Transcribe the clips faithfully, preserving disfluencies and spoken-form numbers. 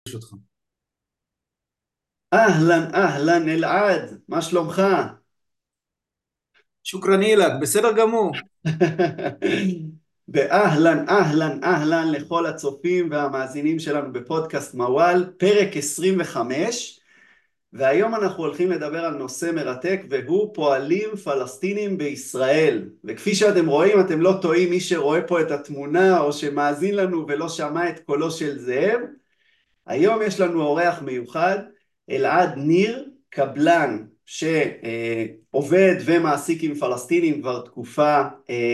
אותך. אהלן, אהלן, אלעד, מה שלומך? שוקרן אילק, בסדר גמור. ואהלן, אהלן, אהלן לכל הצופים והמאזינים שלנו בפודקאסט מוואל, פרק עשרים וחמש, והיום אנחנו הולכים לדבר על נושא מרתק, והוא פועלים פלסטינים בישראל. וכפי שאתם רואים, אתם לא טועים, מי שרואה פה את התמונה או שמאזין לנו ולא שמע את קולו של זאב, היום יש לנו אורח מיוחד, אלעד ניר, קבלן שעובד ומעסיק עם פלסטינים כבר תקופה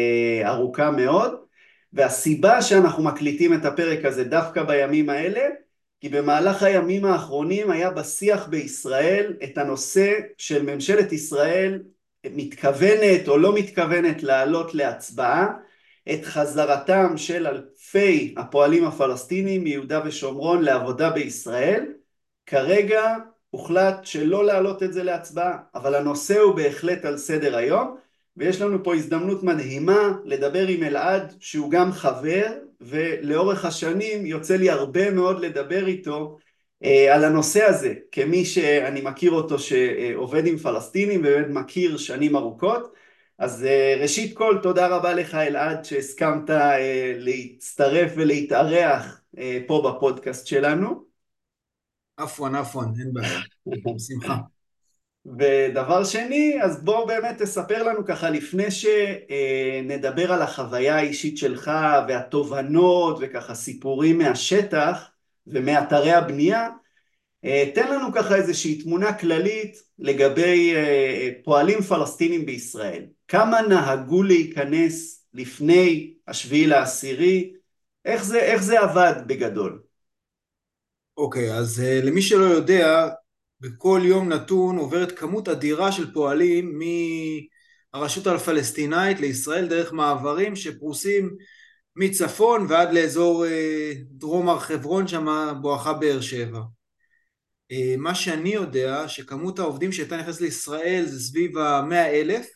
ארוכה מאוד, והסיבה שאנחנו מקליטים את הפרק הזה דווקא בימים האלה, כי במהלך הימים האחרונים היה בשיח בישראל את הנושא של ממשלת ישראל מתכוונת או לא מתכוונת לעלות להצבעה את חזרתם של אלפי הפועלים הפלסטינים מיהודה ושומרון לעבודה בישראל. כרגע הוחלט שלא להעלות את זה להצבעה, אבל הנושא הוא בהחלט על סדר היום, ויש לנו פה הזדמנות מדהימה לדבר עם אלעד שהוא גם חבר, ולאורך השנים יוצא לי הרבה מאוד לדבר איתו אה, על הנושא הזה, כמי שאני מכיר אותו שעובד עם פלסטינים ובאמת מכיר שנים ארוכות. אז uh, ראשית כל, תודה רבה לך אלעד שהסכמת uh, להצטרף ולהתארח uh, פה בפודקאסט שלנו. אפואן, אפואן, אין בעיה. בשמחה. ודבר שני, אז בוא באמת תספר לנו ככה לפני שנדבר על החוויה האישית שלך והתובנות וככה סיפורים מהשטח ומאתרי הבנייה, תן לנו ככה איזושהי תמונה כללית לגבי פועלים פלסטינים בישראל. כמה נהגו להיכנס לפני השביעי לעשירי? איך זה, איך זה עבד בגדול? אוקיי, אז uh, למי שלא יודע, בכל יום נתון עוברת כמות אדירה של פועלים מהרשות הפלסטינאית לישראל דרך מעברים שפרוסים מצפון ועד לאזור uh, דרום הר חברון, שם בואכה באר שבע. Uh, מה שאני יודע, שכמות העובדים שהייתה נכנסת לישראל זה סביב ה-מאה אלף,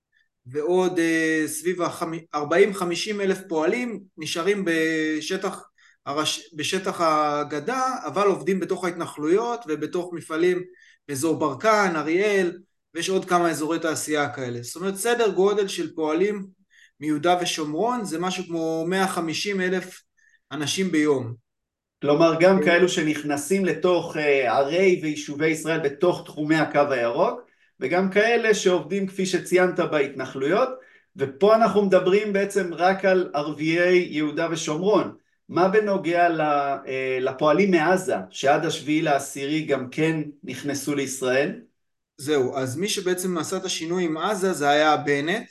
ועוד uh, סביב ה-ארבעים חמישים אלף פועלים נשארים בשטח, הרש... בשטח הגדה, אבל עובדים בתוך ההתנחלויות ובתוך מפעלים באזור ברקן, אריאל, ויש עוד כמה אזורי תעשייה כאלה. זאת אומרת, סדר גודל של פועלים מיהודה ושומרון זה משהו כמו מאה וחמישים אלף אנשים ביום. כלומר, גם כאלו שנכנסים לתוך ערי ויישובי ישראל בתוך תחומי הקו הירוק, וגם כאלה שעובדים כפי שציינת בהתנחלויות, ופה אנחנו מדברים בעצם רק על ערביי יהודה ושומרון. מה בנוגע לפועלים מעזה, שעד השביעי לעשירי גם כן נכנסו לישראל? זהו, אז מי שבעצם עשה את השינוי עם עזה זה היה בנט,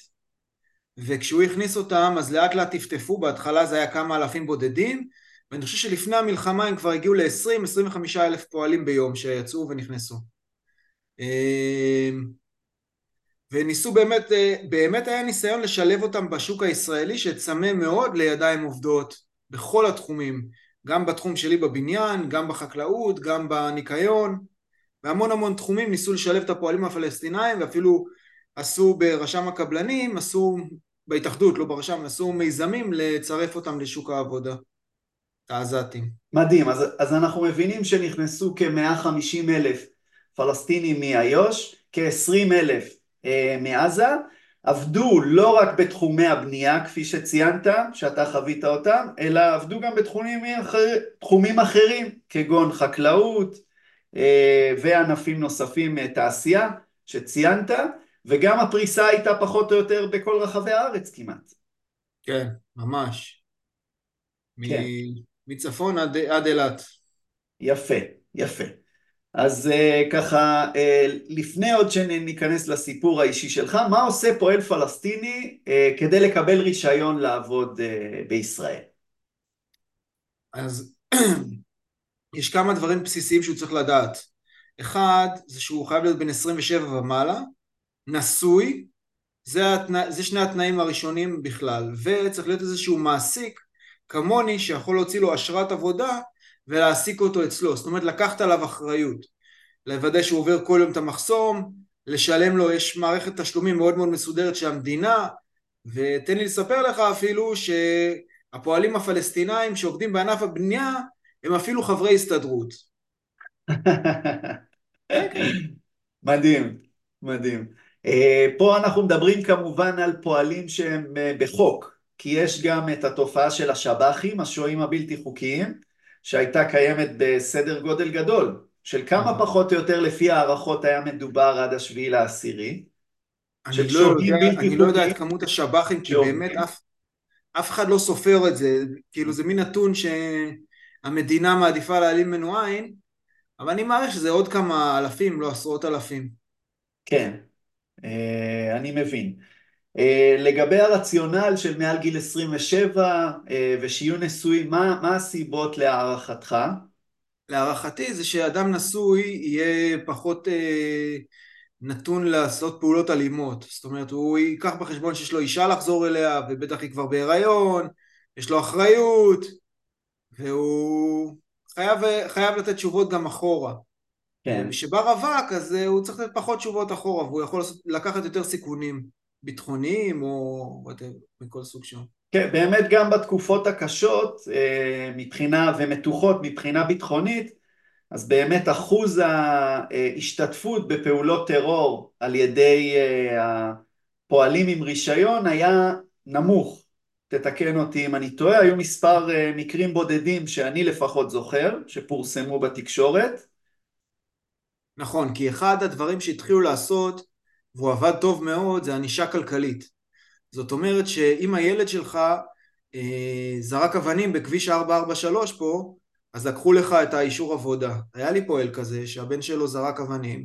וכשהוא הכניס אותם אז לאט לאט טפטפו, בהתחלה זה היה כמה אלפים בודדים, ואני חושב שלפני המלחמה הם כבר הגיעו ל-עשרים עד עשרים וחמישה אלף פועלים ביום שיצאו ונכנסו. וניסו באמת, באמת היה ניסיון לשלב אותם בשוק הישראלי שצמא מאוד לידיים עובדות בכל התחומים, גם בתחום שלי בבניין, גם בחקלאות, גם בניקיון, והמון המון תחומים ניסו לשלב את הפועלים הפלסטינאים, ואפילו עשו ברשם הקבלנים, עשו בהתאחדות, לא ברשם, עשו מיזמים לצרף אותם לשוק העבודה, את העזתים. מדהים, אז, אז אנחנו מבינים שנכנסו כ-מאה וחמישים אלף פלסטינים מאיו"ש, כ-עשרים אלף אה, מעזה, עבדו לא רק בתחומי הבנייה כפי שציינת, שאתה חווית אותם, אלא עבדו גם בתחומים אחר, תחומים אחרים, כגון חקלאות אה, וענפים נוספים, אה, תעשייה שציינת, וגם הפריסה הייתה פחות או יותר בכל רחבי הארץ כמעט. כן, ממש. כן, מ- מצפון עד, עד אילת. יפה, יפה. אז uh, ככה, uh, לפני עוד שניכנס לסיפור האישי שלך, מה עושה פועל פלסטיני uh, כדי לקבל רישיון לעבוד uh, בישראל? אז יש כמה דברים בסיסיים שהוא צריך לדעת. אחד, זה שהוא חייב להיות בן עשרים ושבע ומעלה, נשוי, זה, התנא, זה שני התנאים הראשונים בכלל, וצריך להיות איזשהו מעסיק כמוני שיכול להוציא לו אשרת עבודה ולהעסיק אותו אצלו, זאת אומרת לקחת עליו אחריות, לוודא שהוא עובר כל יום את המחסום, לשלם לו, יש מערכת תשלומים מאוד מאוד מסודרת של המדינה, ותן לי לספר לך אפילו שהפועלים הפלסטינאים שעובדים בענף הבנייה, הם אפילו חברי הסתדרות. כן, כן. מדהים, מדהים. אה, פה אנחנו מדברים כמובן על פועלים שהם אה, בחוק, כי יש גם את התופעה של השב"חים, השוהים הבלתי חוקיים, שהייתה קיימת בסדר גודל גדול, של כמה נכון. פחות או יותר לפי הערכות היה מדובר עד השביעי לעשירי, של אני לא יודע, שוהים בלתי אני לא יודע את חוקיים כמות השב"חים, כי באמת שעובדים. אף, אף אחד לא סופר את זה. כאילו זה מין נתון שהמדינה מעדיפה להעלים ממנו עין, אבל אני מעריך שזה עוד כמה אלפים, לא עשרות אלפים. כן, אה, אני מבין. אה, לגבי הרציונל של מעל גיל עשרים ושבע אה, ושיהיו נשואים, מה, מה הסיבות להערכתך? להערכתי זה שאדם נשוי יהיה פחות אה, נתון לעשות פעולות אלימות. זאת אומרת, הוא ייקח בחשבון שיש לו אישה לחזור אליה, ובטח היא כבר בהיריון, יש לו אחריות, והוא חייב, חייב לתת תשובות גם אחורה. כן. וכשבא רווק, אז אה, הוא צריך לתת פחות תשובות אחורה, והוא יכול לעשות, לקחת יותר סיכונים ביטחוניים או whatever, מכל סוג שם. כן, באמת גם בתקופות הקשות אה, מבחינה ומתוחות מבחינה ביטחונית, אז באמת אחוז ההשתתפות בפעולות טרור על ידי אה, הפועלים עם רישיון היה נמוך. תתקן אותי אם אני טועה, היו מספר אה, מקרים בודדים שאני לפחות זוכר, שפורסמו בתקשורת. נכון, כי אחד הדברים שהתחילו לעשות, והוא עבד טוב מאוד, זה ענישה כלכלית. זאת אומרת שאם הילד שלך אה, זרק אבנים בכביש ארבע ארבע שלוש פה, אז לקחו לך את האישור עבודה. היה לי פועל כזה שהבן שלו זרק אבנים,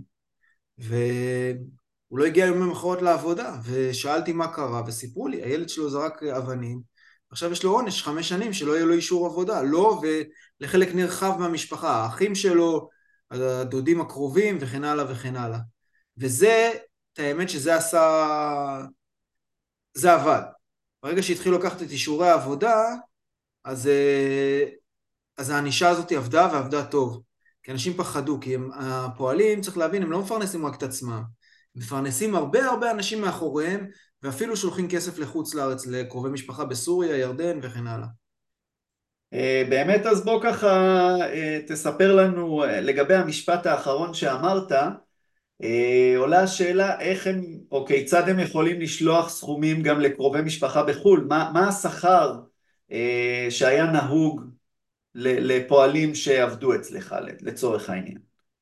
והוא לא הגיע יום למחרת לעבודה, ושאלתי מה קרה, וסיפרו לי, הילד שלו זרק אבנים, עכשיו יש לו עונש חמש שנים שלא יהיה לו אישור עבודה, לא ולחלק נרחב מהמשפחה, האחים שלו, הדודים הקרובים וכן הלאה וכן הלאה. וזה, את האמת שזה עשה, זה עבד. ברגע שהתחילו לקחת את אישורי העבודה, אז, אה, אז הענישה הזאת עבדה ועבדה טוב. כי אנשים פחדו, כי הם, הפועלים, צריך להבין, הם לא מפרנסים רק את עצמם. הם מפרנסים הרבה הרבה אנשים מאחוריהם, ואפילו שולחים כסף לחוץ לארץ, לקרובי משפחה בסוריה, ירדן וכן הלאה. אה, באמת, אז בוא ככה אה, תספר לנו אה, לגבי המשפט האחרון שאמרת. אה, עולה השאלה איך הם או כיצד הם יכולים לשלוח סכומים גם לקרובי משפחה בחו"ל. מה, מה השכר אה, שהיה נהוג ל- לפועלים שעבדו אצלך לצורך העניין?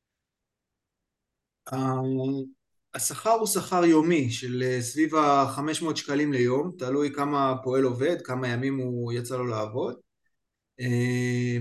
ה- השכר הוא שכר יומי של אה, סביב ה-חמש מאות שקלים ליום, תלוי כמה פועל עובד, כמה ימים הוא יצא לו לעבוד. אה,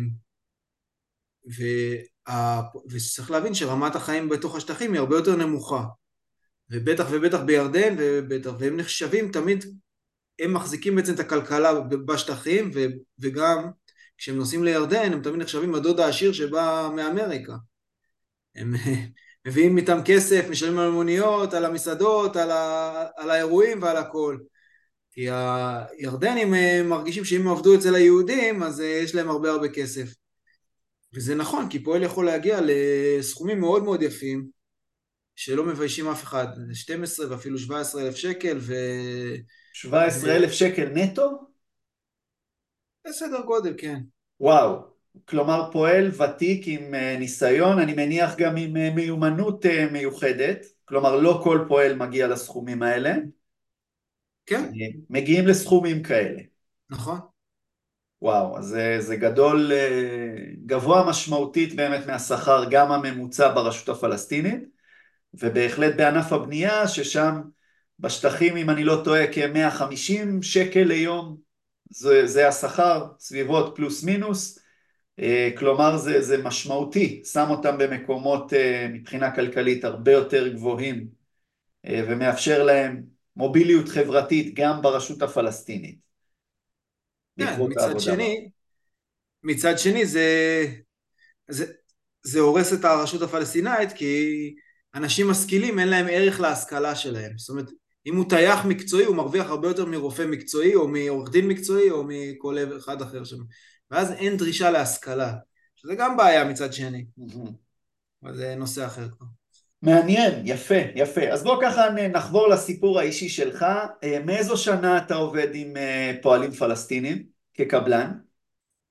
וה- וצריך להבין שרמת החיים בתוך השטחים היא הרבה יותר נמוכה. ובטח ובטח בירדן, ובטח, והם נחשבים תמיד, הם מחזיקים בעצם את הכלכלה בשטחים, ו, וגם כשהם נוסעים לירדן, הם תמיד נחשבים הדוד העשיר שבא מאמריקה. הם מביאים איתם כסף, משלמים על המוניות, על המסעדות, על, ה, על האירועים ועל הכל. כי הירדנים מרגישים שאם הם עבדו אצל היהודים, אז יש להם הרבה הרבה כסף. וזה נכון, כי פועל יכול להגיע לסכומים מאוד מאוד יפים, שלא מביישים אף אחד, שתים עשרה ואפילו שבע עשרה אלף שקל, ו... שבע עשרה אלף שקל נטו? בסדר גודל, כן. וואו. כלומר פועל ותיק עם אה, ניסיון, אני מניח גם עם אה, מיומנות אה, מיוחדת, כלומר לא כל פועל מגיע לסכומים האלה, אה, כן, מגיעים לסכומים כאלה. נכון. וואו, אז זה, זה גדול, אה, גבוה משמעותית באמת מהשכר גם הממוצע ברשות הפלסטינית, ובהחלט בענף הבנייה, ששם בשטחים, אם אני לא טועה, כ-מאה וחמישים שקל ליום, זה, זה השכר, סביבות פלוס מינוס, אה, כלומר זה, זה משמעותי, שם אותם במקומות אה, מבחינה כלכלית הרבה יותר גבוהים, אה, ומאפשר להם מוביליות חברתית גם ברשות הפלסטינית, כן, בעקבות מצד העבודה בה. שני, מצד שני זה, זה, זה הורס את הרשות הפלסטינאית, כי אנשים משכילים אין להם ערך להשכלה שלהם. זאת אומרת, אם הוא טייח מקצועי, הוא מרוויח הרבה יותר מרופא מקצועי, או מעורך דין מקצועי, או מכל אחד אחר שם. ואז אין דרישה להשכלה, שזה גם בעיה מצד שני, אבל זה נושא אחר כבר. מעניין, יפה, יפה. אז בוא ככה נחבור לסיפור האישי שלך. מאיזו שנה אתה עובד עם פועלים פלסטינים כקבלן?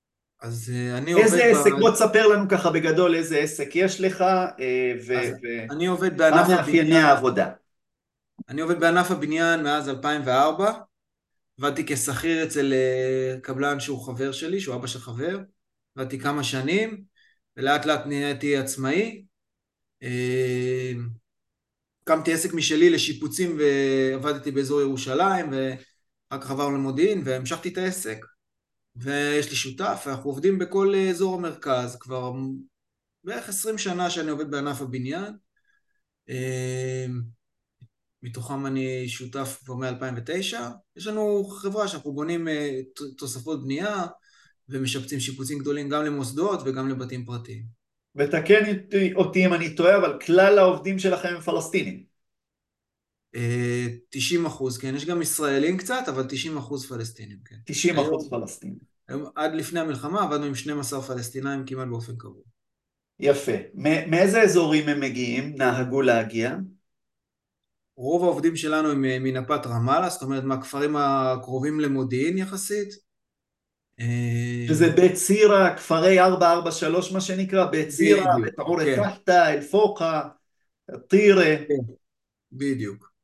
אז אה, אני איזה עובד ב... עסק, בוא תספר לנו ככה בגדול איזה עסק יש לך, אה, אז ומה אני עובד בענף מאפייני הבניין, העבודה. אני עובד בענף הבניין מאז אלפיים וארבע, עבדתי כשכיר אצל אה, קבלן שהוא חבר שלי, שהוא אבא של חבר, עבדתי כמה שנים, ולאט לאט נהייתי עצמאי. אה, הקמתי עסק משלי לשיפוצים ועבדתי באזור ירושלים, ואחר כך עברנו למודיעין והמשכתי את העסק. ויש לי שותף, ואנחנו עובדים בכל אזור המרכז, כבר בערך עשרים שנה שאני עובד בענף הבניין. אה, מתוכם אני שותף כבר מ-אלפיים ותשע. יש לנו חברה שאנחנו בונים אה, ת- תוספות בנייה, ומשפצים שיפוצים גדולים גם למוסדות וגם לבתים פרטיים. ותקן אותי אותי אם אני טועה, אבל כלל העובדים שלכם הם פלסטינים. אה, תשעים אחוז, כן, יש גם ישראלים קצת, אבל תשעים אחוז פלסטינים, כן. תשעים אחוז היום, פלסטינים. היום, עד לפני המלחמה עבדנו עם שנים עשר פלסטינאים כמעט באופן קבוע. יפה. מ- מאיזה אזורים הם מגיעים, נהגו להגיע? רוב העובדים שלנו הם אה, מנפת רמאללה, זאת אומרת מהכפרים הקרובים למודיעין יחסית. אה, שזה בית סירה, כפרי ארבע ארבע שלוש מה שנקרא, בית סירה, בדיוק, בית עורת כן, תחתא, אל-פוקה, טירה. כן, בדיוק.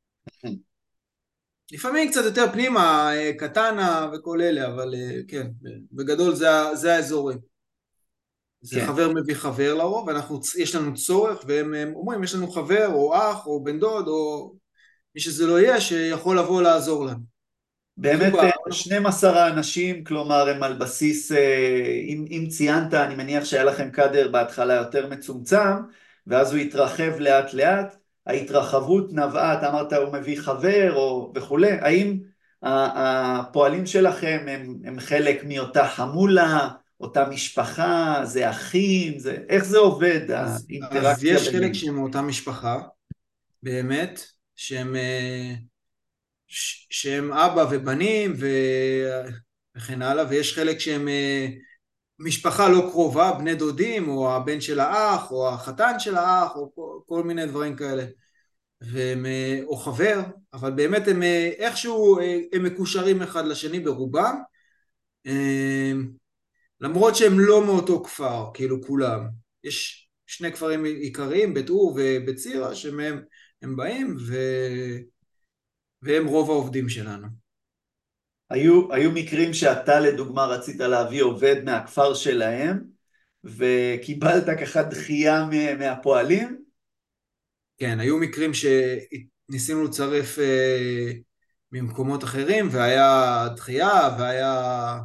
לפעמים קצת יותר פנימה, אה, קטנה וכל אלה, אבל אה, כן, בגדול זה, ה- זה האזורים. זה כן. חבר מביא חבר לרוב, ואנחנו, יש לנו צורך, והם הם אומרים, יש לנו חבר, או אח, או בן דוד, או מי שזה לא יהיה, שיכול לבוא לעזור לנו. באמת רובם, אה, שנים עשר האנשים, כלומר הם על בסיס, אה, אם, אם ציינת, אני מניח שהיה לכם קאדר בהתחלה יותר מצומצם, ואז הוא התרחב לאט לאט, ההתרחבות נבעה, אתה אמרת הוא מביא חבר או וכולי, האם ה- הפועלים שלכם הם, הם חלק מאותה חמולה, אותה משפחה, זה אחים, זה, איך זה עובד אז, אז האינטראקציה יש חלק ביניהם? שהם מאותה משפחה, באמת, שהם, אה, ש- שהם אבא ובנים ו... וכן הלאה, ויש חלק שהם אה, משפחה לא קרובה, בני דודים, או הבן של האח, או החתן של האח, או כל, כל מיני דברים כאלה. והם, אה, או חבר, אבל באמת הם אה, איכשהו אה, הם מקושרים אחד לשני ברובם, אה, למרות שהם לא מאותו כפר, כאילו כולם. יש שני כפרים עיקריים, בית אור ובית צירה, שמהם הם באים, ו... והם רוב העובדים שלנו. היו, היו מקרים שאתה לדוגמה רצית להביא עובד מהכפר שלהם וקיבלת ככה דחייה מה- מהפועלים? כן, היו מקרים שניסינו לצרף אה, ממקומות אחרים, והיה דחייה, והיה,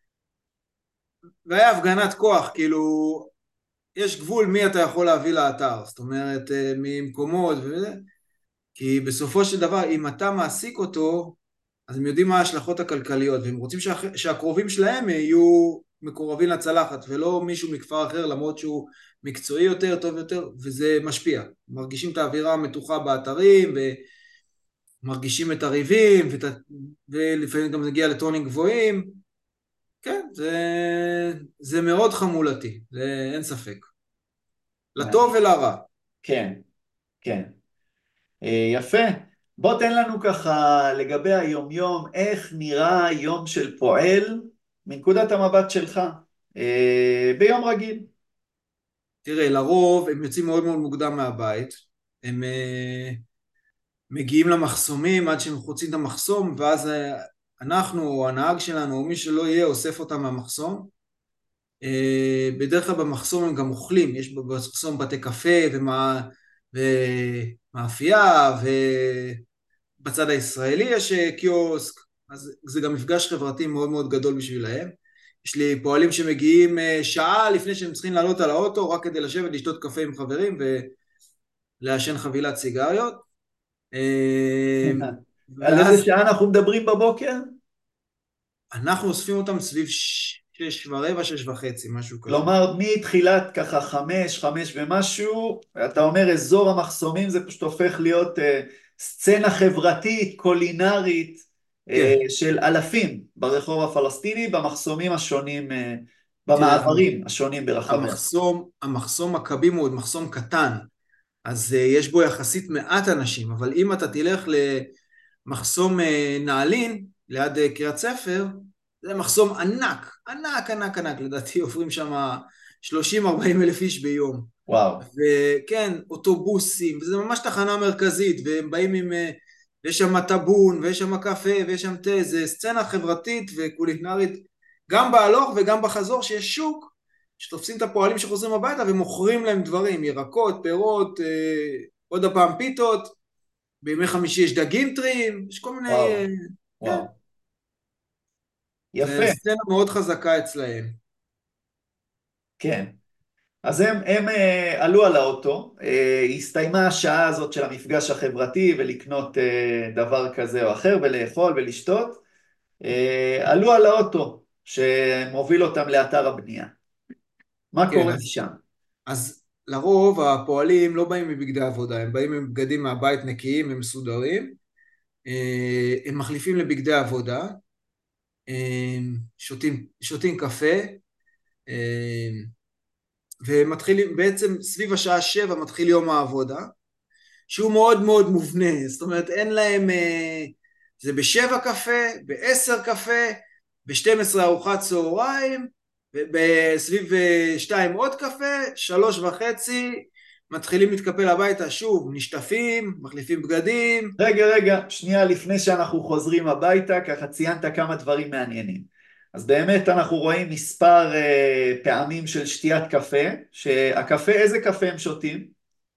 והיה הפגנת כוח, כאילו, יש גבול מי אתה יכול להביא לאתר, זאת אומרת, אה, ממקומות, וזה, כי בסופו של דבר, אם אתה מעסיק אותו, אז הם יודעים מה ההשלכות הכלכליות, והם רוצים שה, שהקרובים שלהם יהיו מקורבים לצלחת, ולא מישהו מכפר אחר, למרות שהוא מקצועי יותר, טוב יותר, וזה משפיע. מרגישים את האווירה המתוחה באתרים, ומרגישים את הריבים, ואת, ולפעמים גם מגיע לטונים גבוהים. כן, זה, זה מאוד חמולתי, זה אין ספק. לטוב מעניין. ולרע. כן, כן. אה, יפה. בוא תן לנו ככה לגבי היומיום, איך נראה יום של פועל מנקודת המבט שלך אה, ביום רגיל. תראה, לרוב הם יוצאים מאוד מאוד מוקדם מהבית, הם אה, מגיעים למחסומים עד שהם חוצים את המחסום, ואז אה, אנחנו או הנהג שלנו או מי שלא יהיה אוסף אותם מהמחסום. אה, בדרך כלל במחסום הם גם אוכלים, יש במחסום בתי קפה ומה, ומאפייה, ובצד הישראלי יש אה, קיוסק, אז זה גם מפגש חברתי מאוד מאוד גדול בשבילהם. יש לי פועלים שמגיעים אה, שעה לפני שהם צריכים לעלות על האוטו רק כדי לשבת לשתות קפה עם חברים ולעשן חבילת סיגריות. אה, על איזה ואז שעה אנחנו מדברים בבוקר? אנחנו אוספים אותם סביב שש ורבע, שש וחצי, משהו כזה. כלומר, מתחילת ככה חמש, חמש ומשהו, אתה אומר אזור המחסומים זה פשוט הופך להיות אה, סצנה חברתית, קולינרית, אה, כן, של אלפים ברחוב הפלסטיני, במחסומים השונים, אה, תראה, במעברים השונים ברחבי. המחסום, המחסום מכבים הוא עוד מחסום קטן, אז אה, יש בו יחסית מעט אנשים, אבל אם אתה תלך למחסום אה, נעלין, ליד אה, קריית ספר, זה מחסום ענק, ענק, ענק, ענק, לדעתי עוברים שם שלושים ארבעים אלף איש ביום. וואו. וכן, אוטובוסים, וזה ממש תחנה מרכזית, והם באים עם, אה, יש שם טאבון, ויש שם קפה, ויש שם תה, זה סצנה חברתית וקולינרית, גם בהלוך וגם בחזור, שיש שוק, שתופסים את הפועלים שחוזרים הביתה, ומוכרים להם דברים, ירקות, פירות, אה, עוד הפעם פיתות, בימי חמישי יש דגים טריים, יש כל מיני, וואו. אה, כן, וואו. זה יפה. סצנה מאוד חזקה אצלהם. כן. אז הם, הם אה, עלו על האוטו, אה, הסתיימה השעה הזאת של המפגש החברתי ולקנות אה, דבר כזה או אחר ולאכול ולשתות, אה, עלו על האוטו שמוביל אותם לאתר הבנייה. מה כן, קורה אז, משם? אז לרוב הפועלים לא באים מבגדי עבודה, הם באים עם בגדים מהבית נקיים, הם מסודרים, אה, הם מחליפים לבגדי עבודה, אה, שותים, שותים קפה, אה, ומתחילים, בעצם סביב השעה שבע מתחיל יום העבודה, שהוא מאוד מאוד מובנה, זאת אומרת אין להם, אה, זה בשבע קפה, בעשר קפה, בשתים עשרה ארוחת צהריים, בסביב אה, שתיים עוד קפה, שלוש וחצי, מתחילים להתקפל הביתה, שוב, נשטפים, מחליפים בגדים. רגע, רגע, שנייה לפני שאנחנו חוזרים הביתה, ככה ציינת כמה דברים מעניינים. אז באמת אנחנו רואים מספר אה, פעמים של שתיית קפה, שהקפה, איזה קפה הם שותים?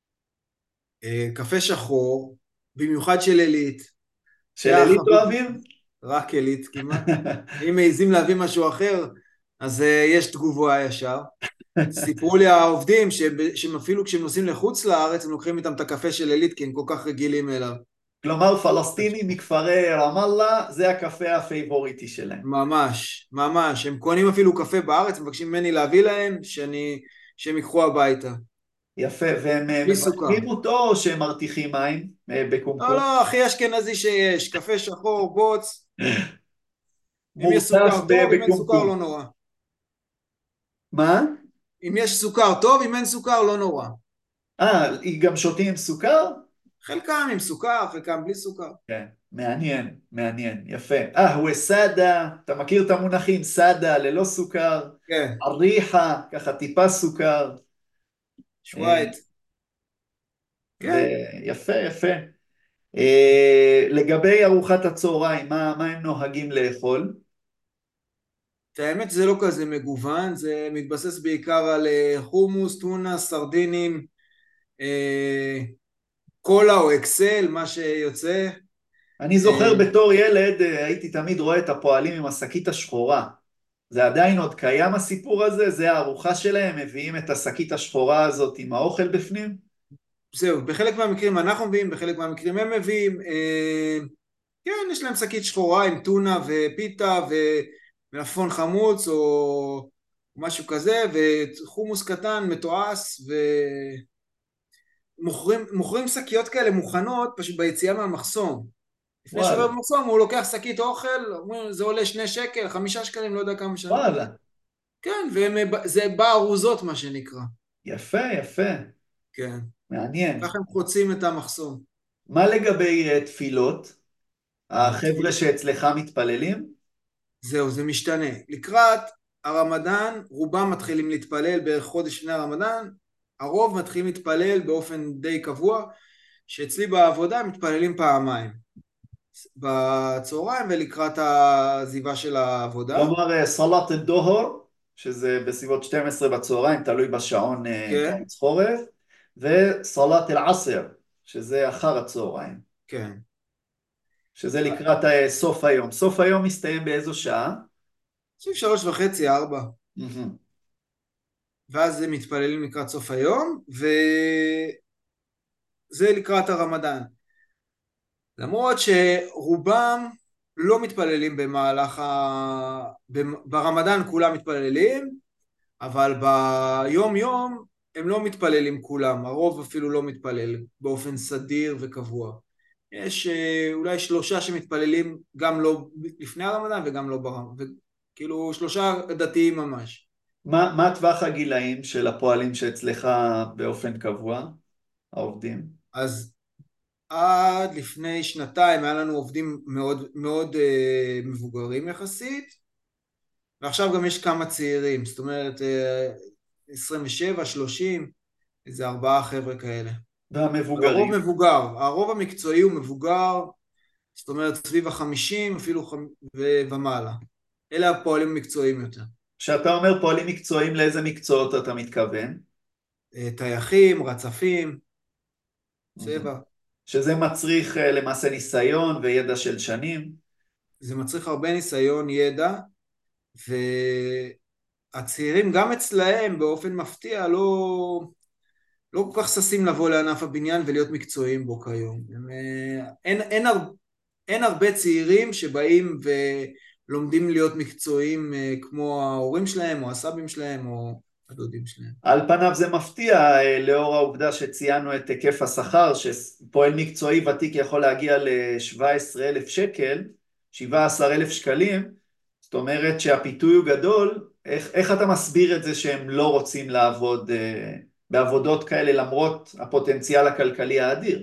אה, קפה שחור, במיוחד של עילית, של זה עילית החביב, אוהבים? רק עילית כמעט. אם מעזים להביא משהו אחר, אז אה, יש תגובה ישר. סיפרו לי העובדים שב- שהם אפילו כשהם נוסעים לחוץ לארץ הם לוקחים איתם את הקפה של עילית כי הם כל כך רגילים אליו. כלומר פלסטינים מכפרי רמאללה, זה הקפה הפייבוריטי שלהם. ממש, ממש. הם קונים אפילו קפה בארץ, מבקשים ממני להביא להם שאני, שהם ייקחו הביתה. יפה, והם אה, בלי סוכר. מבשלים אותו או שהם מרתיחים מים אה, לא, בקומקום? לא, הכי אשכנזי שיש. קפה שחור, בוץ. אם יש מורתח סוכר ב- טוב, אם אין סוכר בקומקום. לא נורא. מה? אם יש סוכר טוב, אם אין סוכר לא נורא. אה, גם שותים עם סוכר? חלקם עם סוכר, חלקם בלי סוכר. כן, מעניין, מעניין, יפה. אה, הוא סאדה, אתה מכיר את המונחים, סאדה, ללא סוכר, כן, אריחה, ככה טיפה סוכר, אה, שווייט. כן. ויפה, יפה. אה, לגבי ארוחת הצהריים, מה, מה הם נוהגים לאכול? את האמת זה לא כזה מגוון, זה מתבסס בעיקר על אה, חומוס, טונה, סרדינים, אה, קולה או אקסל, מה שיוצא. אני זוכר אה, בתור ילד, אה, הייתי תמיד רואה את הפועלים עם השקית השחורה. זה עדיין עוד קיים הסיפור הזה? זה הארוחה שלהם? מביאים את השקית השחורה הזאת עם האוכל בפנים? זהו, בחלק מהמקרים אנחנו מביאים, בחלק מהמקרים הם מביאים. אה, כן, יש להם שקית שחורה עם טונה ופיתה ומלפפון חמוץ או משהו כזה, וחומוס קטן מתועש, ומוכרים מוכרים שקיות כאלה מוכנות פשוט ביציאה מהמחסום. לפני שעובר וואלה, במחסום הוא לוקח שקית אוכל, אומרים זה עולה שני שקל, חמישה שקלים, לא יודע כמה משלמים. וואלה, כן, וזה בארוזות מה שנקרא. יפה, יפה, כן, מעניין. ככה הם חוצים את המחסום. מה לגבי אה, תפילות? החבר'ה התפילה, שאצלך מתפללים? זהו, זה משתנה. לקראת הרמדאן, רובם מתחילים להתפלל בערך חודש לפני הרמדאן, הרוב מתחילים להתפלל באופן די קבוע, שאצלי בעבודה מתפללים פעמיים, בצהריים ולקראת העזיבה של העבודה. כלומר, אה, סלאט א-דוהר, שזה בסביבות שתים עשרה בצהריים, תלוי בשעון אה, כן, קיץ חורף, וסלאט אל-עصر, שזה אחר הצהריים, כן. שזה לקראת אה, סוף היום. סוף היום מסתיים באיזו שעה? סביב שלוש וחצי, ארבע. מהמם. ואז הם מתפללים לקראת סוף היום, וזה לקראת הרמדאן. למרות שרובם לא מתפללים במהלך ה... ברמדאן כולם מתפללים, אבל ביום יום הם לא מתפללים כולם, הרוב אפילו לא מתפלל באופן סדיר וקבוע. יש אה, אולי שלושה שמתפללים גם לא לפני הרמדאן וגם לא ברמדאן, כאילו שלושה דתיים ממש. מה, מה טווח הגילאים של הפועלים שאצלך באופן קבוע, העובדים? אז עד לפני שנתיים היה לנו עובדים מאוד מאוד אה, מבוגרים יחסית, ועכשיו גם יש כמה צעירים, זאת אומרת אה, עשרים ושבע, שלושים, איזה ארבעה חבר'ה כאלה. אבל הרוב והמבוגרים. מבוגר, הרוב המקצועי הוא מבוגר, זאת אומרת סביב החמישים אפילו חמ... ו... ומעלה. אלה הפועלים המקצועיים יותר. כשאתה אומר פועלים מקצועיים, לאיזה מקצועות אתה מתכוון? אה, טייחים, רצפים, צבע. שזה מצריך אה, למעשה ניסיון וידע של שנים. זה מצריך הרבה ניסיון, ידע, והצעירים גם אצלהם באופן מפתיע לא, לא כל כך ששים לבוא לענף הבניין ולהיות מקצועיים בו כיום. הם, אה, אין, אין, הר, אין הרבה צעירים שבאים ולומדים להיות מקצועיים אה, כמו ההורים שלהם או הסבים שלהם או הדודים שלהם. על פניו זה מפתיע אה, לאור העובדה שציינו את היקף השכר, שפועל מקצועי ותיק יכול להגיע ל-שבעה עשר אלף שקל, שבעה עשר אלף שקלים, זאת אומרת שהפיתוי הוא גדול. איך, איך אתה מסביר את זה שהם לא רוצים לעבוד אה, בעבודות כאלה למרות הפוטנציאל הכלכלי האדיר?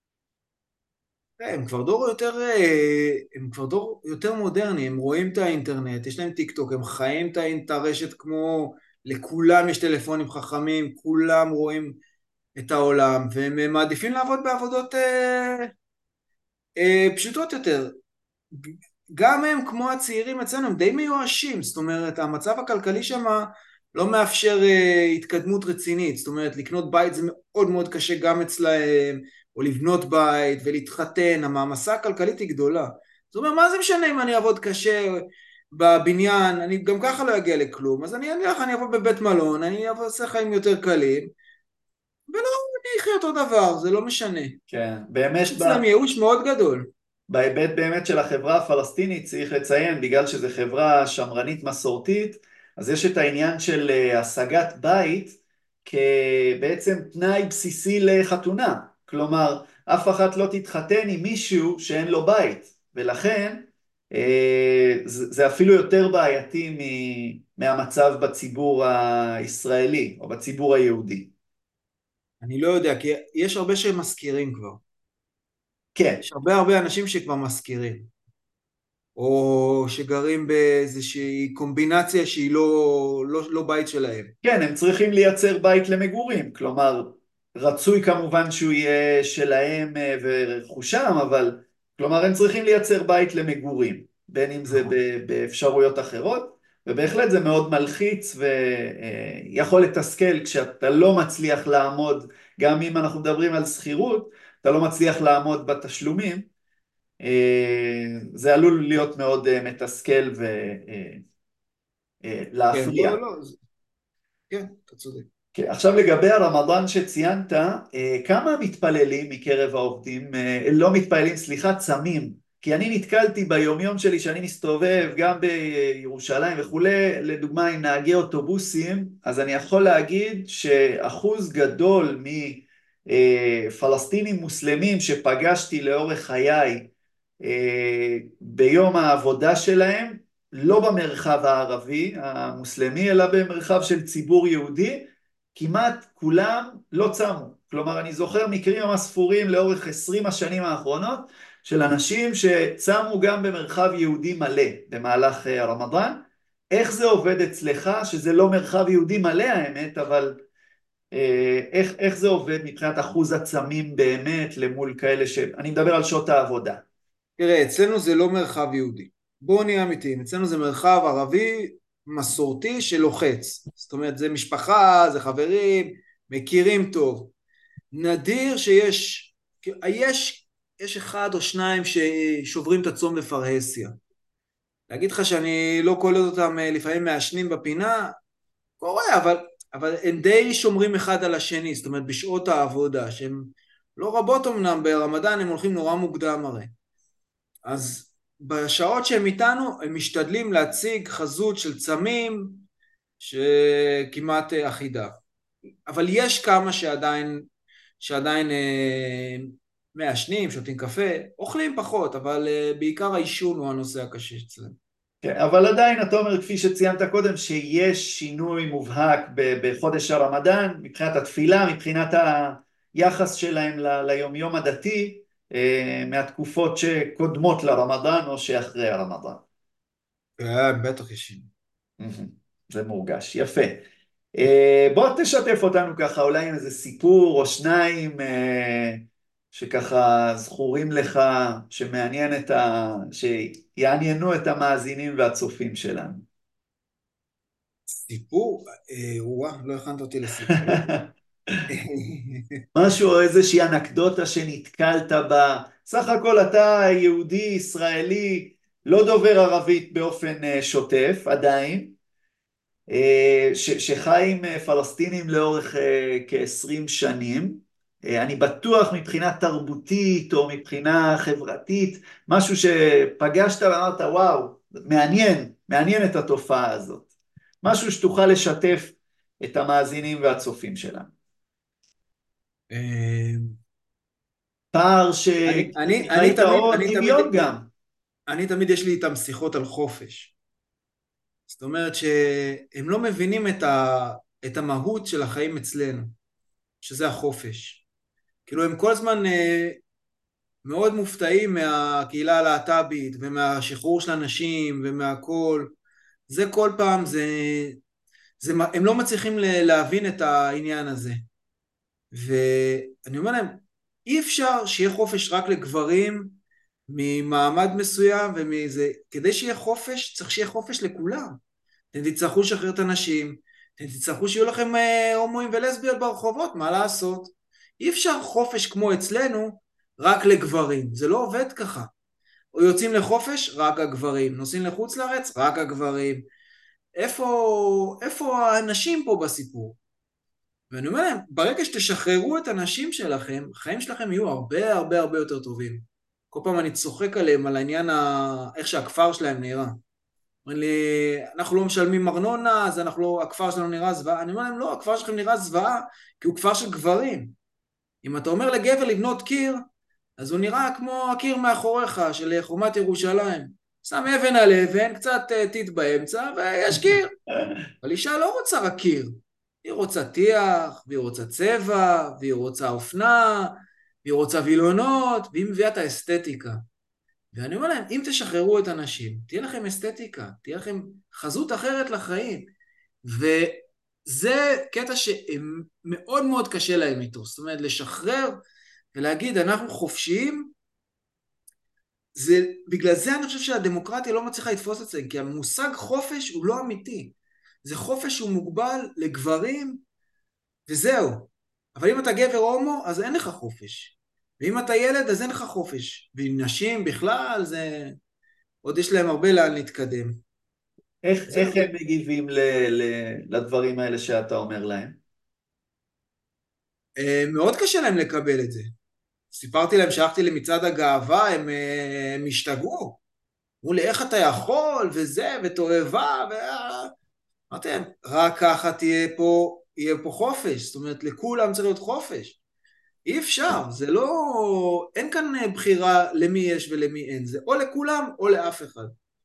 הם כבר דור יותר, אה, הם כבר דור יותר מודרני, הם רואים את האינטרנט, יש להם טיק טוק, הם חיים את האינט- הרשת כמו, לכולם יש טלפונים חכמים, כולם רואים את העולם, והם מעדיפים לעבוד בעבודות אה, אה, פשוטות יותר. גם הם, כמו הצעירים אצלנו, הם די מיואשים, זאת אומרת, המצב הכלכלי שם לא מאפשר אה, התקדמות רצינית, זאת אומרת, לקנות בית זה מאוד מאוד קשה גם אצלהם, או לבנות בית ולהתחתן, המעמסה הכלכלית היא גדולה. זאת אומרת, מה זה משנה אם אני אעבוד קשה בבניין, אני גם ככה לא אגיע לכלום, אז אני אלך, אני אעבוד בבית מלון, אני אעשה חיים יותר קלים, ולא, אני אחיה אותו דבר, זה לא משנה. כן, באמת יש ב... אצלם ייאוש מאוד גדול. בהיבט באמת של החברה הפלסטינית צריך לציין, בגלל שזו חברה שמרנית מסורתית, אז יש את העניין של אה, השגת בית כבעצם תנאי בסיסי לחתונה. כלומר, אף אחת לא תתחתן עם מישהו שאין לו בית, ולכן אה, זה, זה אפילו יותר בעייתי מהמצב בציבור הישראלי או בציבור היהודי. אני לא יודע, כי יש הרבה שמזכירים כבר. כן. יש הרבה הרבה אנשים שכבר מזכירים. או שגרים באיזושהי קומבינציה שהיא לא, לא, לא בית שלהם. כן, הם צריכים לייצר בית למגורים, כלומר, רצוי כמובן שהוא יהיה שלהם אה, ורכושם, אבל כלומר הם צריכים לייצר בית למגורים, בין אם זה נכון. ב- באפשרויות אחרות, ובהחלט זה מאוד מלחיץ ויכול לתסכל כשאתה לא מצליח לעמוד, גם אם אנחנו מדברים על שכירות, אתה לא מצליח לעמוד בתשלומים, אה, זה עלול להיות מאוד אה, מתסכל כן, ולהפריע. לא, לא, זה- כן, אתה צודק. כן, עכשיו לגבי הרמדאן שציינת, אה, כמה מתפללים מקרב העובדים, אה, לא מתפללים, סליחה, צמים, כי אני נתקלתי ביומיום שלי שאני מסתובב גם בירושלים וכולי, לדוגמה עם נהגי אוטובוסים, אז אני יכול להגיד שאחוז גדול מפלסטינים מוסלמים שפגשתי לאורך חיי אה, ביום העבודה שלהם, לא במרחב הערבי המוסלמי, אלא במרחב של ציבור יהודי, כמעט כולם לא צמו. כלומר, אני זוכר מקרים ממש ספורים לאורך עשרים השנים האחרונות, של אנשים שצמו גם במרחב יהודי מלא במהלך הרמדאן. איך זה עובד אצלך, שזה לא מרחב יהודי מלא האמת, אבל אה, איך, איך זה עובד מבחינת אחוז הצמים באמת למול כאלה ש... אני מדבר על שעות העבודה. תראה, אצלנו זה לא מרחב יהודי. בואו נהיה אמיתיים, אצלנו זה מרחב ערבי מסורתי שלוחץ. זאת אומרת, זה משפחה, זה חברים, מכירים טוב. נדיר שיש, יש, יש אחד או שניים ששוברים את הצום בפרהסיה. להגיד לך שאני לא קולט אותם אה, לפעמים מעשנים בפינה, קורה, אבל, אבל הם די שומרים אחד על השני, זאת אומרת בשעות העבודה, שהן לא רבות אמנם ברמדאן, הם הולכים נורא מוקדם הרי. אז בשעות שהם איתנו, הם משתדלים להציג חזות של צמים שכמעט אה, אחידה. אבל יש כמה שעדיין, שעדיין אה, מעשנים, שותים קפה, אוכלים פחות, אבל אה, בעיקר העישון הוא הנושא הקשה אצלנו. כן, אבל עדיין אתה אומר, כפי שציינת קודם, שיש שינוי מובהק ב- בחודש הרמדאן, מבחינת התפילה, מבחינת היחס שלהם ל- ליומיום הדתי, אה, מהתקופות שקודמות לרמדאן או שאחרי הרמדאן. אה, בטח יש שינוי. זה מורגש, יפה. אה, בוא תשתף אותנו ככה, אולי עם איזה סיפור או שניים אה, שככה זכורים לך, שמעניין את ה... שיעניינו את המאזינים והצופים שלנו. סיפור? אה, וואה, לא הכנת אותי לסיפור. משהו או איזושהי אנקדוטה שנתקלת בה. סך הכל אתה יהודי, ישראלי, לא דובר ערבית באופן אה, שוטף עדיין, אה, ש- שחי עם אה, פלסטינים לאורך אה, כ-עשרים שנים. אה, אני בטוח מבחינה תרבותית או מבחינה חברתית, משהו שפגשת ואמרת, וואו, מעניין, מעניין את התופעה הזאת. משהו שתוכל לשתף את המאזינים והצופים שלנו. אה, פער אני, אני, אני שראית תמיד, או אני תמיד, דמיון גם. אני תמיד יש לי איתם שיחות על חופש. זאת אומרת שהם לא מבינים את ה, את המהות של החיים אצלנו, שזה החופש. כאילו הם כל הזמן אה, מאוד מופתעים מהקהילה הלהט"בית ומהשחרור של הנשים ומהכל. זה כל פעם, זה, זה, הם לא מצליחים ל- להבין את העניין הזה. ואני אומר להם, אי אפשר שיהיה חופש רק לגברים ממעמד מסוים ומזה, כדי שיהיה חופש צריך שיהיה חופש לכולם. אתם תצטרכו לשחרר את הנשים, אתם תצטרכו שיהיו לכם אה, הומואים ולסביות ברחובות, מה לעשות? אי אפשר חופש כמו אצלנו רק לגברים, זה לא עובד ככה. או יוצאים לחופש, רק הגברים, נוסעים לחוץ לארץ, רק הגברים. איפה, איפה הנשים פה בסיפור? ואני אומר להם, ברגע שתשחררו את הנשים שלכם, החיים שלכם יהיו הרבה הרבה הרבה יותר טובים. כל פעם אני צוחק עליהם, על העניין, ה... איך שהכפר שלהם נראה. אומרים לי, אנחנו לא משלמים ארנונה, אז אנחנו לא, הכפר שלנו נראה זוועה. אני אומר להם, לא, הכפר שלכם נראה זוועה, כי הוא כפר של גברים. אם אתה אומר לגבר לבנות קיר, אז הוא נראה כמו הקיר מאחוריך, של חומת ירושלים. שם אבן על אבן, קצת טיט באמצע, ויש קיר. אבל אישה לא רוצה רק קיר. היא רוצה טיח, והיא רוצה צבע, והיא רוצה אופנה, והיא רוצה וילונות, והיא מביאה את האסתטיקה. ואני אומר להם, אם תשחררו את הנשים, תהיה לכם אסתטיקה, תהיה לכם חזות אחרת לחיים. וזה קטע שמאוד מאוד קשה להם איתו. זאת אומרת, לשחרר ולהגיד, אנחנו חופשיים, זה, בגלל זה אני חושב שהדמוקרטיה לא מצליחה לתפוס את זה, כי המושג חופש הוא לא אמיתי. זה חופש שהוא מוגבל לגברים, וזהו. אבל אם אתה גבר הומו, אז אין לך חופש. ואם אתה ילד, אז אין לך חופש. ועם נשים בכלל, זה... עוד יש להם הרבה לאן להתקדם. איך, זהו. איך הם מגיבים ל, ל, לדברים האלה שאתה אומר להם? אה, מאוד קשה להם לקבל את זה. סיפרתי להם שהלכתי למצעד הגאווה, הם, אה, הם השתגעו. אמרו לי, איך אתה יכול, וזה, ותועבה, ו... אמרתי להם, רק ככה תהיה פה, יהיה פה חופש. זאת אומרת, לכולם צריך להיות חופש. אי אפשר, זה לא... אין כאן בחירה למי יש ולמי אין. זה או לכולם או לאף אחד.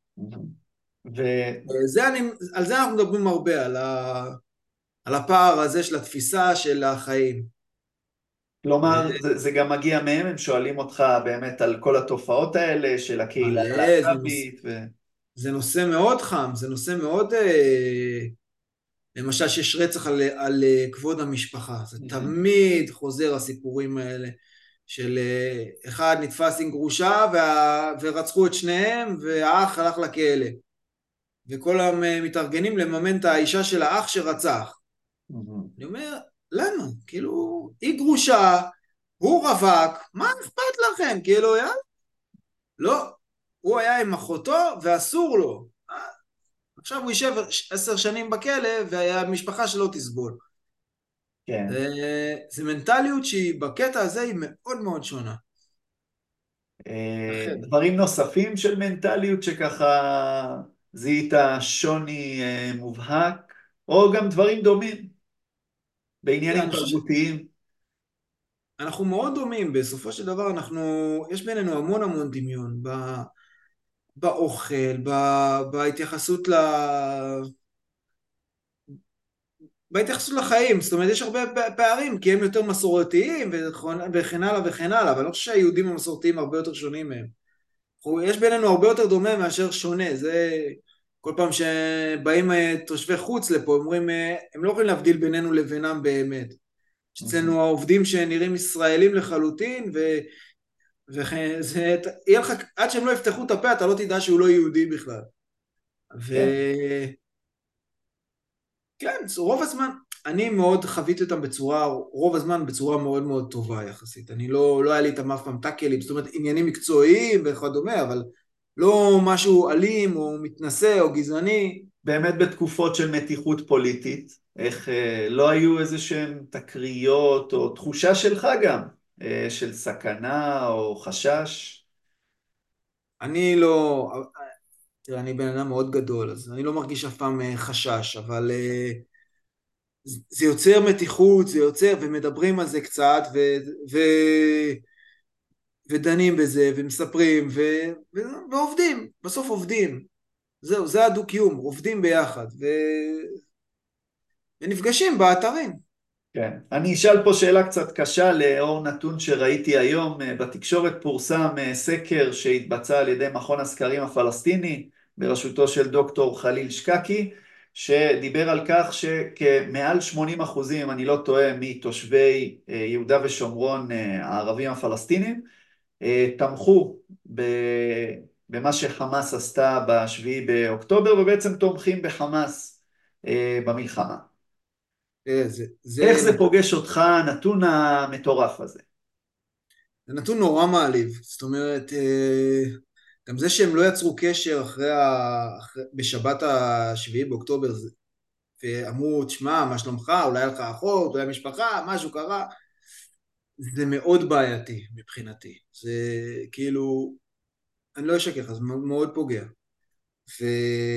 ו... זה אני, על זה אנחנו מדברים הרבה, על, ה, על הפער הזה של התפיסה של החיים. כלומר, זה, זה גם מגיע מהם, הם שואלים אותך באמת על כל התופעות האלה של הקהילה מלא, זה נושא, הלהט"בית. ו... זה נושא מאוד חם, זה נושא מאוד, אה, למשל שיש רצח על, על אה, כבוד המשפחה, זה תמיד חוזר הסיפורים האלה, של אה, אחד נתפס עם גרושה וה, ורצחו את שניהם והאח הלך לכלא, וכולם אה, מתארגנים לממן את האישה של האח שרצח. אני אומר, למה? כאילו, היא גרושה, הוא רווק, מה אכפת לכם? כאילו, יא? לא, הוא היה עם אחותו ואסור לו. אה, עכשיו הוא יישב עשר שנים בכלא והמשפחה שלו תסבול. כן. אה, זה מנטליות שהיא בקטע הזה היא מאוד מאוד שונה. אה, אחרת. דברים נוספים של מנטליות שככה זיהית שוני אה, מובהק, או גם דברים דומים תראה, בעניינים אני חושב תרבותיים. שאנחנו מאוד דומים, בסופו של דבר אנחנו, יש בינינו המון המון דמיון, ב, באוכל, ב, בהתייחסות ל... בהתייחסות לחיים, זאת אומרת יש הרבה פערים כי הם יותר מסורתיים וכן הלאה וכן הלאה, אבל אני לא חושב שהיהודים המסורתיים הרבה יותר שונים מהם. יש בינינו הרבה יותר דומה מאשר שונה, זה כל פעם שבאים אה, תושבי חוץ לפה, אומרים, אה, הם לא יכולים להבדיל בינינו לבינם באמת. יש מהמם. אצלנו העובדים שנראים ישראלים לחלוטין, ו... וזה, יהיה לך, עד שהם לא יפתחו את הפה, אתה לא תדע שהוא לא יהודי בכלל. כן. וכן, רוב הזמן, אני מאוד חוויתי אותם בצורה, רוב הזמן בצורה מאוד מאוד טובה יחסית. אני לא, לא היה לי איתם אף פעם טאקלים, זאת אומרת עניינים מקצועיים וכדומה, אבל לא משהו אלים או מתנשא או גזעני. באמת בתקופות של מתיחות פוליטית, איך אה, לא היו איזה שהן תקריות או תחושה שלך גם, אה, של סכנה או חשש? אני לא, תראה, אני בן אדם מאוד גדול, אז אני לא מרגיש אף פעם אה, חשש, אבל אה, זה יוצר מתיחות, זה יוצר, ומדברים על זה קצת, ו, ו, ודנים בזה, ומספרים, ו, ו, ועובדים, בסוף עובדים. זהו, זה הדו-קיום, עובדים ביחד, ו, ונפגשים באתרים. כן. אני אשאל פה שאלה קצת קשה לאור נתון שראיתי היום. אה, בתקשורת פורסם אה, סקר שהתבצע על ידי מכון הסקרים הפלסטיני בראשותו של דוקטור חליל שקקי, שדיבר על כך שכמעל שמונים אחוזים, אם אני לא טועה, מתושבי אה, יהודה ושומרון אה, הערבים הפלסטינים, אה, תמכו ב... במה שחמאס עשתה בשביעי באוקטובר, ובעצם תומכים בחמאס אה, במלחמה. אה, זה, איך זה, זה נתון, פוגש אותך, הנתון המטורף הזה? זה נתון נורא מעליב. זאת אומרת, אה, גם זה שהם לא יצרו קשר אחרי ה... אחרי... בשבת השביעי באוקטובר, זה... ואמרו, תשמע, מה שלומך? אולי היה לך אחות, אולי משפחה, משהו קרה. זה מאוד בעייתי מבחינתי. זה כאילו, אני לא אשקר לך, זה מאוד פוגע. ו...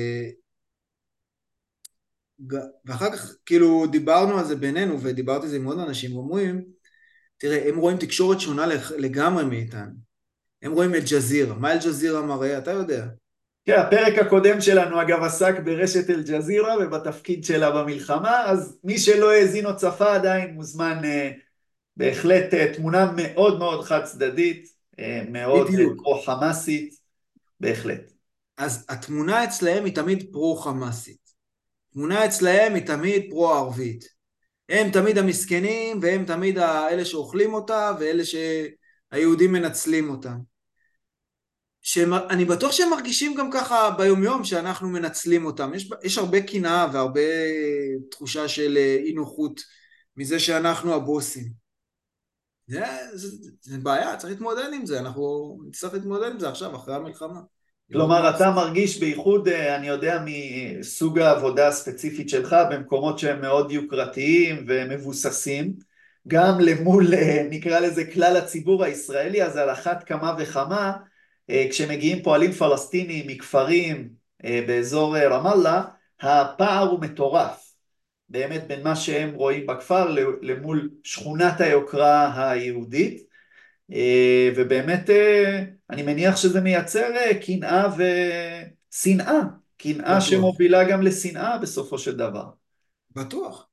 ואחר כך כאילו דיברנו על זה בינינו, ודיברתי על זה עם עוד אנשים, ואומרים, תראה, הם רואים תקשורת שונה לגמרי מאיתנו. הם רואים אל-ג'זירה. מה אל-ג'זירה מראה? אתה יודע. כן, הפרק הקודם שלנו אגב עסק ברשת אל-ג'זירה ובתפקיד שלה במלחמה, אז מי שלא האזין או צפה עדיין מוזמן, אה, בהחלט אה, תמונה מאוד מאוד חד צדדית, אה, מאוד אה, בדיוק. פרו-חמאסית, בהחלט. אז התמונה אצלהם היא תמיד פרו-חמאסית. התמונה אצלהם היא תמיד פרו-ערבית. הם תמיד המסכנים, והם תמיד האלה שאוכלים אותה, ואלה שהיהודים מנצלים אותם. שאני בטוח שהם מרגישים גם ככה ביומיום שאנחנו מנצלים אותם. יש, יש הרבה קנאה והרבה תחושה של אי נוחות מזה שאנחנו הבוסים. זה, זה, זה בעיה, צריך להתמודד עם זה, אנחנו נצטרך להתמודד עם זה עכשיו, אחרי המלחמה. לראות מה כלומר, אתה עושים. מרגיש בייחוד, אה, אני יודע, מסוג העבודה הספציפית שלך, במקומות שהם מאוד יוקרתיים ומבוססים, גם למול, אה, נקרא לזה, כלל הציבור הישראלי, אז על אחת כמה וכמה, אה, כשמגיעים פועלים פלסטינים מכפרים אה, באזור אה, רמאללה, הפער הוא מטורף, באמת בין מה שהם רואים בכפר למול שכונת היוקרה היהודית. אה, ובאמת אה, אני מניח שזה מייצר אה, קנאה ושנאה, קנאה בטוח, שמובילה גם לשנאה בסופו של דבר. בטוח,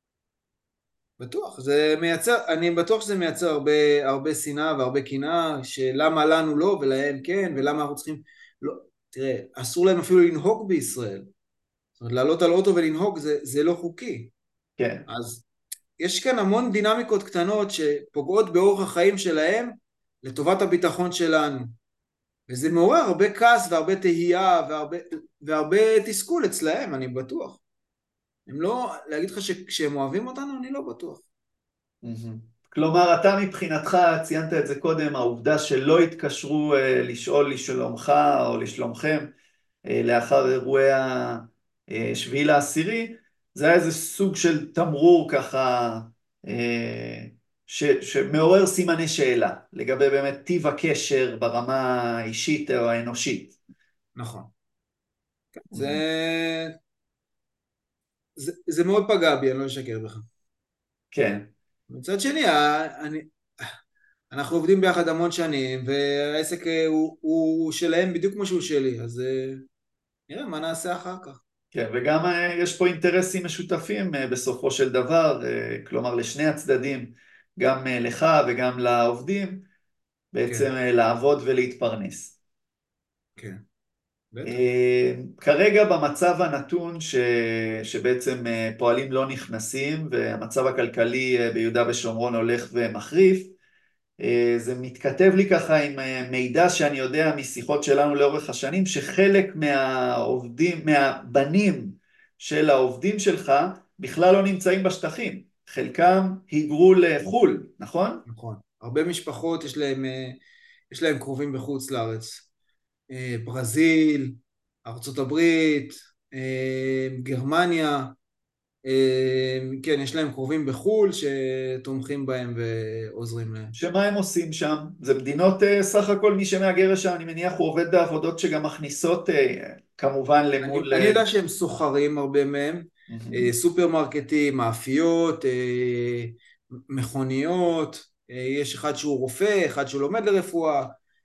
בטוח. זה מייצר, אני בטוח שזה מייצר הרבה, הרבה שנאה והרבה קנאה, שלמה לנו לא ולהם כן, ולמה אנחנו צריכים... לא, תראה, אסור להם אפילו לנהוג בישראל. זאת אומרת, לעלות על אוטו ולנהוג זה, זה לא חוקי. כן, אז יש כאן המון דינמיקות קטנות שפוגעות באורח החיים שלהם לטובת הביטחון שלנו. וזה מעורר הרבה כעס והרבה תהייה והרבה, והרבה תסכול אצלהם, אני בטוח. הם לא, להגיד לך שכשהם אוהבים אותנו, אני לא בטוח. מהמם. כלומר, אתה מבחינתך, ציינת את זה קודם, העובדה שלא התקשרו אה, לשאול לשלומך או לשלומכם אה, לאחר אירועי השביעי לעשירי, זה היה איזה סוג של תמרור ככה, אה, ש, שמעורר סימני שאלה לגבי באמת טיב הקשר ברמה האישית או האנושית. נכון. זה, מהמם. זה, זה מאוד פגע בי, אני לא אשקר בך. כן. מצד שני, אני, אנחנו עובדים ביחד המון שנים, והעסק אה, הוא, הוא שלהם בדיוק כמו שהוא שלי, אז אה, נראה מה נעשה אחר כך. כן, וגם אה, יש פה אינטרסים משותפים אה, בסופו של דבר, אה, כלומר לשני הצדדים, גם אה, לך וגם לעובדים, בעצם כן, אה, לעבוד ולהתפרנס. כן. בטח. אה, כרגע במצב הנתון ש... שבעצם אה, פועלים לא נכנסים והמצב הכלכלי אה, ביהודה ושומרון הולך ומחריף, אה, זה מתכתב לי ככה עם אה, מידע שאני יודע משיחות שלנו לאורך השנים, שחלק מהעובדים, מהבנים של העובדים שלך בכלל לא נמצאים בשטחים, חלקם היגרו לחו"ל, נכון? נכון. הרבה משפחות יש להם, אה, יש להם קרובים בחוץ לארץ. אה, ברזיל, ארצות הברית, אה, גרמניה, אה, כן, יש להם קרובים בחו"ל שתומכים בהם ועוזרים להם. שמה הם עושים שם? זה מדינות, אה, סך הכל מי שמהגר שם, אני מניח הוא עובד בעבודות שגם מכניסות אה, כמובן אני, למול... אני אה, יודע שהם סוחרים הרבה מהם, מהמם. אה, סופרמרקטים, מאפיות, אה, מכוניות, אה, יש אחד שהוא רופא, אחד שהוא לומד לרפואה,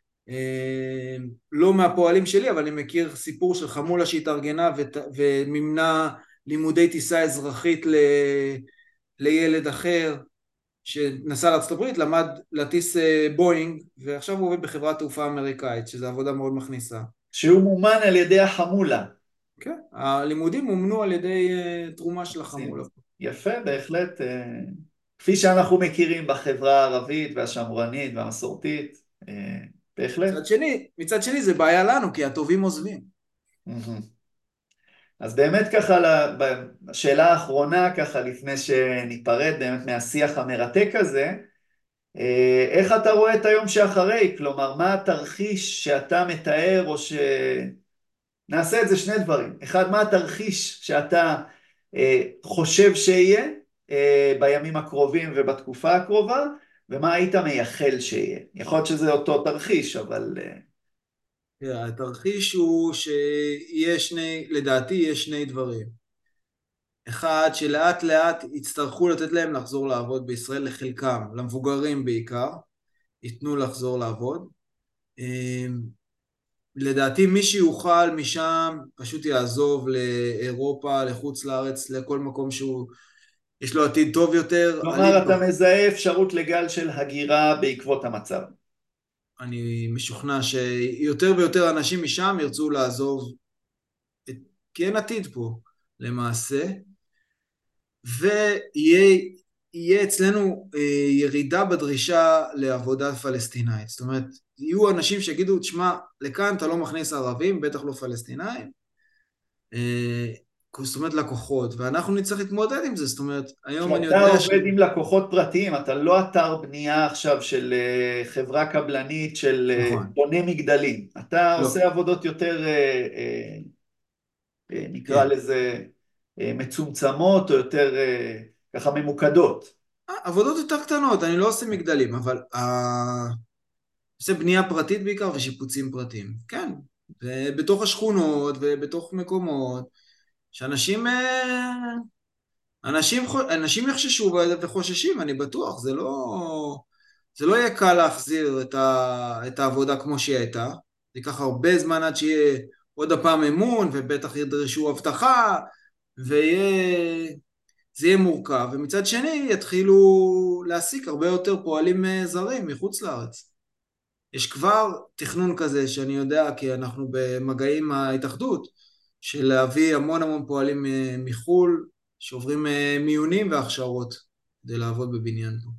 אה, לא מהפועלים שלי, אבל אני מכיר סיפור של חמולה שהתארגנה ות- ומימנה לימודי טיסה אזרחית ל, לילד אחר שנסע לארצות הברית, למד להטיס אה, בואינג, ועכשיו הוא עובד בחברת תעופה אמריקאית, שזו עבודה מאוד מכניסה. שהוא מומן על ידי החמולה. כן, הלימודים מומנו על ידי אה, תרומה של עושים. החמולה. יפה, בהחלט. אה, כפי שאנחנו מכירים בחברה הערבית והשמרנית והמסורתית, אה, בהחלט. מצד שני, מצד שני זה בעיה לנו, כי הטובים עוזבים. מהמם. אז באמת ככה, בשאלה האחרונה ככה, לפני שניפרד באמת מהשיח המרתק הזה, אה, איך אתה רואה את היום שאחרי? כלומר, מה התרחיש שאתה מתאר, או שנעשה את זה שני דברים. אחד, מה התרחיש שאתה אה, חושב שיהיה אה, בימים הקרובים ובתקופה הקרובה, ומה היית מייחל שיהיה? יכול להיות שזה אותו תרחיש, אבל... אה, תראה, התרחיש הוא שיש שני, לדעתי יש שני דברים. אחד, שלאט לאט יצטרכו לתת להם לחזור לעבוד בישראל לחלקם, למבוגרים בעיקר, ייתנו לחזור לעבוד. אמ, לדעתי מי שיוכל משם פשוט יעזוב לאירופה, לחוץ לארץ, לכל מקום שהוא, יש לו עתיד טוב יותר. כלומר, אני, אתה מזהה אפשרות לגל של הגירה בעקבות המצב. אני משוכנע שיותר ויותר אנשים משם ירצו לעזוב, את, כי אין עתיד פה למעשה, ויהיה יהיה אצלנו אה, ירידה בדרישה לעבודה פלסטינאית. זאת אומרת, יהיו אנשים שיגידו, תשמע, לכאן אתה לא מכניס ערבים, בטח לא פלסטינאים, אה, זאת אומרת לקוחות, ואנחנו נצטרך להתמודד עם זה. זאת אומרת, היום אני כשאתה יודע ש... עובד עם לקוחות פרטיים, אתה לא אתר בנייה עכשיו של אה, חברה קבלנית של אה, נכון, בונה מגדלים. אתה לא, עושה עבודות יותר, אה, אה, אה, נקרא כן. לזה, אה, מצומצמות או יותר אה, ככה ממוקדות. אה, עבודות יותר קטנות, אני לא עושה מגדלים, אבל אה, עושה בנייה פרטית בעיקר ושיפוצים פרטיים. כן, ובתוך השכונות ובתוך מקומות שאנשים אה, אנשים, חו- אנשים יחששו וחוששים, אני בטוח, זה לא, זה לא יהיה קל להחזיר את, ה, את העבודה כמו שהיא הייתה, זה ייקח הרבה זמן עד שיהיה עוד הפעם אמון, ובטח ידרשו הבטחה, ויהיה, זה יהיה מורכב, ומצד שני יתחילו להעסיק הרבה יותר פועלים אה, זרים מחוץ לארץ. יש כבר תכנון כזה שאני יודע, כי אנחנו במגעים עם ההתאחדות, של להביא המון המון פועלים אה, מחו"ל, שעוברים אה, מיונים והכשרות כדי לעבוד בבניין פה.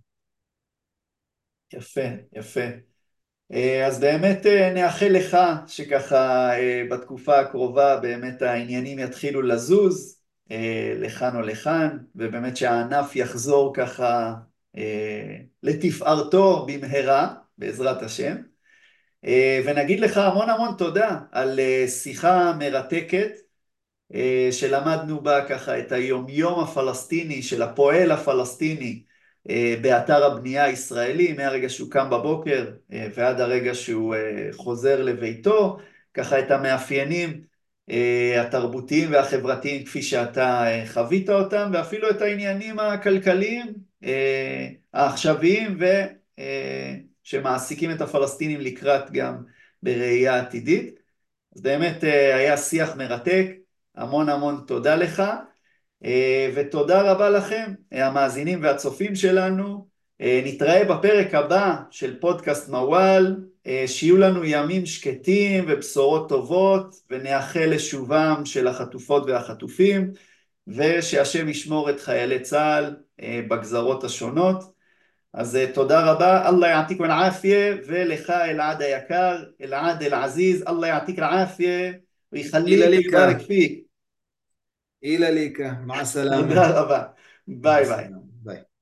יפה, יפה. אה, אז באמת אה, נאחל לך שככה אה, בתקופה הקרובה באמת העניינים יתחילו לזוז אה, לכאן או לכאן, ובאמת שהענף יחזור ככה אה, לתפארתו במהרה, בעזרת השם. אה, ונגיד לך המון המון תודה על אה, שיחה מרתקת, אה, שלמדנו בה ככה את היומיום הפלסטיני של הפועל הפלסטיני אה, באתר הבנייה הישראלי, מהרגע שהוא קם בבוקר אה, ועד הרגע שהוא אה, חוזר לביתו, ככה את המאפיינים אה, התרבותיים והחברתיים כפי שאתה אה, חווית אותם, ואפילו את העניינים הכלכליים אה, העכשוויים ו... אה, שמעסיקים את הפלסטינים לקראת גם בראייה עתידית. אז באמת אה, היה שיח מרתק, המון המון תודה לך, אה, ותודה רבה לכם, אה, המאזינים והצופים שלנו. נתראה בפרק הבא של פודקאסט מוואל, שיהיו לנו ימים שקטים ובשורות טובות, ונאחל לשובם של החטופות והחטופים, ושהשם ישמור את חיילי צה"ל בגזרות השונות. אז תודה רבה, אללה יעתיק אל-עאפיה, ולך אלעד היקר, אלעד אל-עזיז, אללה יעתיק אל-עאפיה, אילה ויחליק ליקה, ויבארק פיק. אילה ליקה, מע הסלאמה. תודה רבה, מע ביי ביי. הסלאמה, ביי.